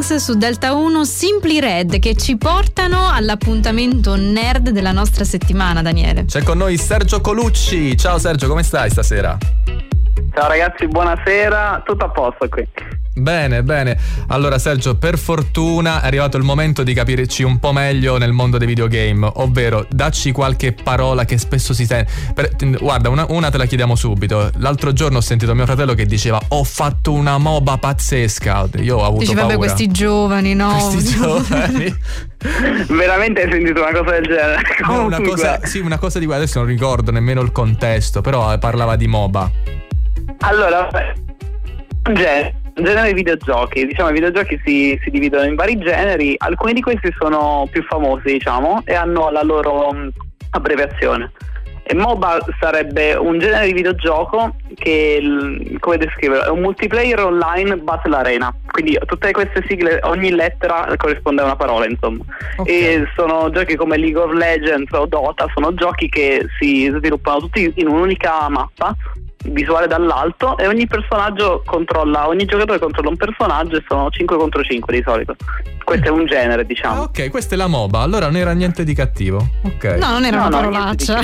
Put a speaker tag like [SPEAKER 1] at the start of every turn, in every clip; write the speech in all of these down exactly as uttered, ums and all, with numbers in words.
[SPEAKER 1] Kings su Delta uno, Simply Red, che ci portano all'appuntamento nerd della nostra settimana, Daniele.
[SPEAKER 2] C'è con noi Sergio Colucci. Ciao Sergio, come stai stasera?
[SPEAKER 3] Ciao ragazzi, buonasera, tutto a posto qui.
[SPEAKER 2] Bene, bene. Allora Sergio, per fortuna è arrivato il momento di capirci un po' meglio nel mondo dei videogame, ovvero dacci qualche parola che spesso si sente. Per, guarda, una, una te la chiediamo subito. L'altro giorno ho sentito mio fratello che diceva: ho fatto una MOBA pazzesca. Io ho avuto
[SPEAKER 1] Dici,
[SPEAKER 2] paura.
[SPEAKER 1] vabbè, questi giovani, no?
[SPEAKER 2] Questi giovani.
[SPEAKER 3] Veramente hai sentito una cosa del genere?
[SPEAKER 2] No, una cosa, sì, una cosa di adesso non ricordo nemmeno il contesto, però parlava di MOBA.
[SPEAKER 3] Allora, un genere, un genere di videogiochi. Diciamo, i videogiochi si, si dividono in vari generi. Alcuni di questi sono più famosi, diciamo, e hanno la loro um, abbreviazione. E MOBA sarebbe un genere di videogioco che, come descriverlo, è un multiplayer online battle arena. Quindi tutte queste sigle, ogni lettera corrisponde a una parola, insomma. Okay. E sono giochi come League of Legends o Dota, sono giochi che si sviluppano tutti in un'unica mappa visuale dall'alto, e ogni personaggio controlla, ogni giocatore controlla un personaggio, e sono cinque contro cinque di solito. Questo è un genere, diciamo.
[SPEAKER 2] Ah, ok, questa è la MOBA, allora non era niente di cattivo. Ok.
[SPEAKER 1] No, non era
[SPEAKER 3] no,
[SPEAKER 1] una
[SPEAKER 3] no,
[SPEAKER 1] parolaccia.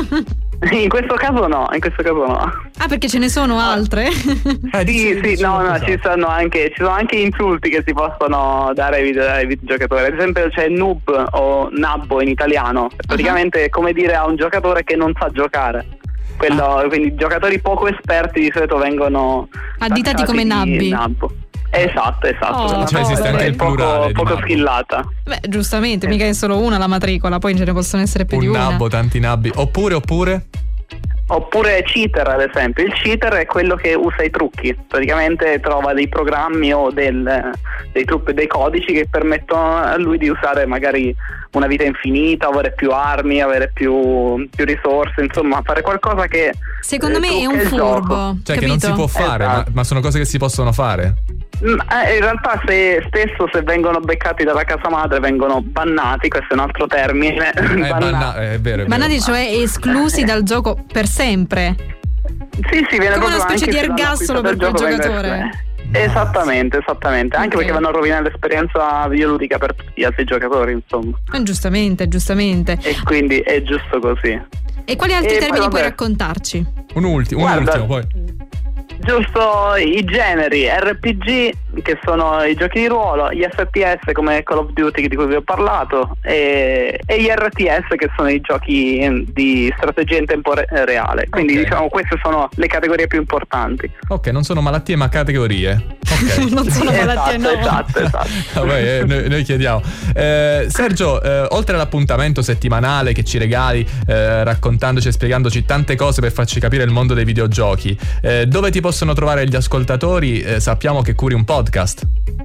[SPEAKER 3] In questo caso no, in questo caso no.
[SPEAKER 1] Ah, perché ce ne sono altre?
[SPEAKER 2] Eh,
[SPEAKER 3] sì, sì, no, no, ci sono anche ci sono anche insulti che si possono dare ai, video, ai videogiocatori. Ad esempio c'è noob o nabbo in italiano. Praticamente uh-huh. è come dire a un giocatore che non sa giocare. Quello, ah. Quindi giocatori poco esperti di solito vengono
[SPEAKER 1] additati come nabbi.
[SPEAKER 3] Nabbo. Esatto, esatto.
[SPEAKER 1] Oh,
[SPEAKER 2] cioè esiste anche il plurale,
[SPEAKER 3] poco, poco skillata.
[SPEAKER 1] Beh, giustamente, eh. mica è solo una la matricola, poi ce ne possono essere più
[SPEAKER 2] un
[SPEAKER 1] di una.
[SPEAKER 2] Un nabbo, tanti nabbi. Oppure, oppure?
[SPEAKER 3] Oppure cheater, ad esempio. Il cheater è quello che usa i trucchi. Praticamente trova dei programmi o del, dei, trucchi, dei codici che permettono a lui di usare magari una vita infinita, avere più armi, avere più, più risorse, insomma fare qualcosa che
[SPEAKER 1] secondo
[SPEAKER 3] eh,
[SPEAKER 1] me è un furbo,
[SPEAKER 2] cioè
[SPEAKER 1] capito?
[SPEAKER 2] Che non si può fare,
[SPEAKER 3] esatto.
[SPEAKER 2] ma, ma sono cose che si possono fare.
[SPEAKER 3] In realtà se spesso se vengono beccati dalla casa madre vengono bannati, questo è un altro termine.
[SPEAKER 2] Eh, banna- è vero, è
[SPEAKER 1] bannati,
[SPEAKER 2] vero.
[SPEAKER 1] cioè esclusi dal gioco per sempre.
[SPEAKER 3] Sì, sì, viene
[SPEAKER 1] come una specie di
[SPEAKER 3] anche
[SPEAKER 1] ergastolo per quel giocatore.
[SPEAKER 3] Esattamente, esattamente. Anche
[SPEAKER 1] okay.
[SPEAKER 3] perché vanno a rovinare l'esperienza videoludica per tutti gli altri giocatori, insomma.
[SPEAKER 1] Eh, giustamente, giustamente.
[SPEAKER 3] E quindi è giusto così.
[SPEAKER 1] E quali altri
[SPEAKER 3] e
[SPEAKER 1] termini
[SPEAKER 3] poi,
[SPEAKER 1] puoi
[SPEAKER 3] vabbè,
[SPEAKER 1] raccontarci?
[SPEAKER 2] Un ultimo, un ultimo poi.
[SPEAKER 3] Giusto, i generi R P G, che sono i giochi di ruolo, gli F P S come Call of Duty di cui vi ho parlato, e, e gli R T S che sono i giochi di strategia in tempo re- reale. Quindi okay. diciamo queste sono le categorie più importanti.
[SPEAKER 2] Ok, non sono malattie ma categorie. Ok.
[SPEAKER 1] Non sono malattie,
[SPEAKER 3] esatto,
[SPEAKER 1] no.
[SPEAKER 3] esatto, esatto.
[SPEAKER 2] Vabbè, eh, noi, noi chiediamo. Eh, Sergio, eh, oltre all'appuntamento settimanale che ci regali, eh, raccontandoci e spiegandoci tante cose per farci capire il mondo dei videogiochi, eh, dove ti possono trovare gli ascoltatori? Eh, sappiamo che curi un podcast.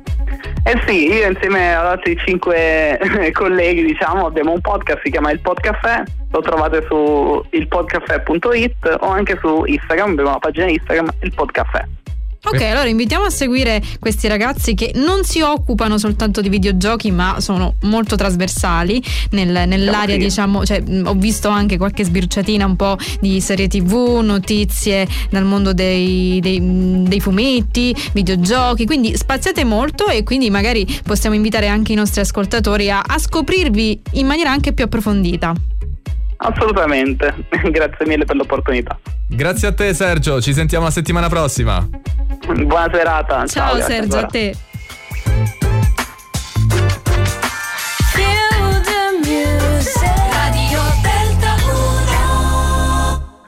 [SPEAKER 3] Eh sì, io insieme ad altri cinque colleghi, diciamo, abbiamo un podcast, si chiama Il Podcaffè. Lo trovate su il podcaffè punto it o anche su Instagram, abbiamo una pagina Instagram, Il Podcaffè.
[SPEAKER 1] Ok, allora invitiamo a seguire questi ragazzi che non si occupano soltanto di videogiochi, ma sono molto trasversali nel, nell'area, sì. diciamo, cioè ho visto anche qualche sbirciatina un po' di serie tv, notizie dal mondo dei, dei, dei fumetti, videogiochi, quindi spaziate molto, e quindi magari possiamo invitare anche i nostri ascoltatori a, a scoprirvi in maniera anche più approfondita.
[SPEAKER 3] Assolutamente, grazie mille per l'opportunità.
[SPEAKER 2] Grazie a te Sergio, ci sentiamo la settimana prossima.
[SPEAKER 3] Buona serata.
[SPEAKER 1] Ciao,
[SPEAKER 3] Ciao
[SPEAKER 1] Sergio, a te.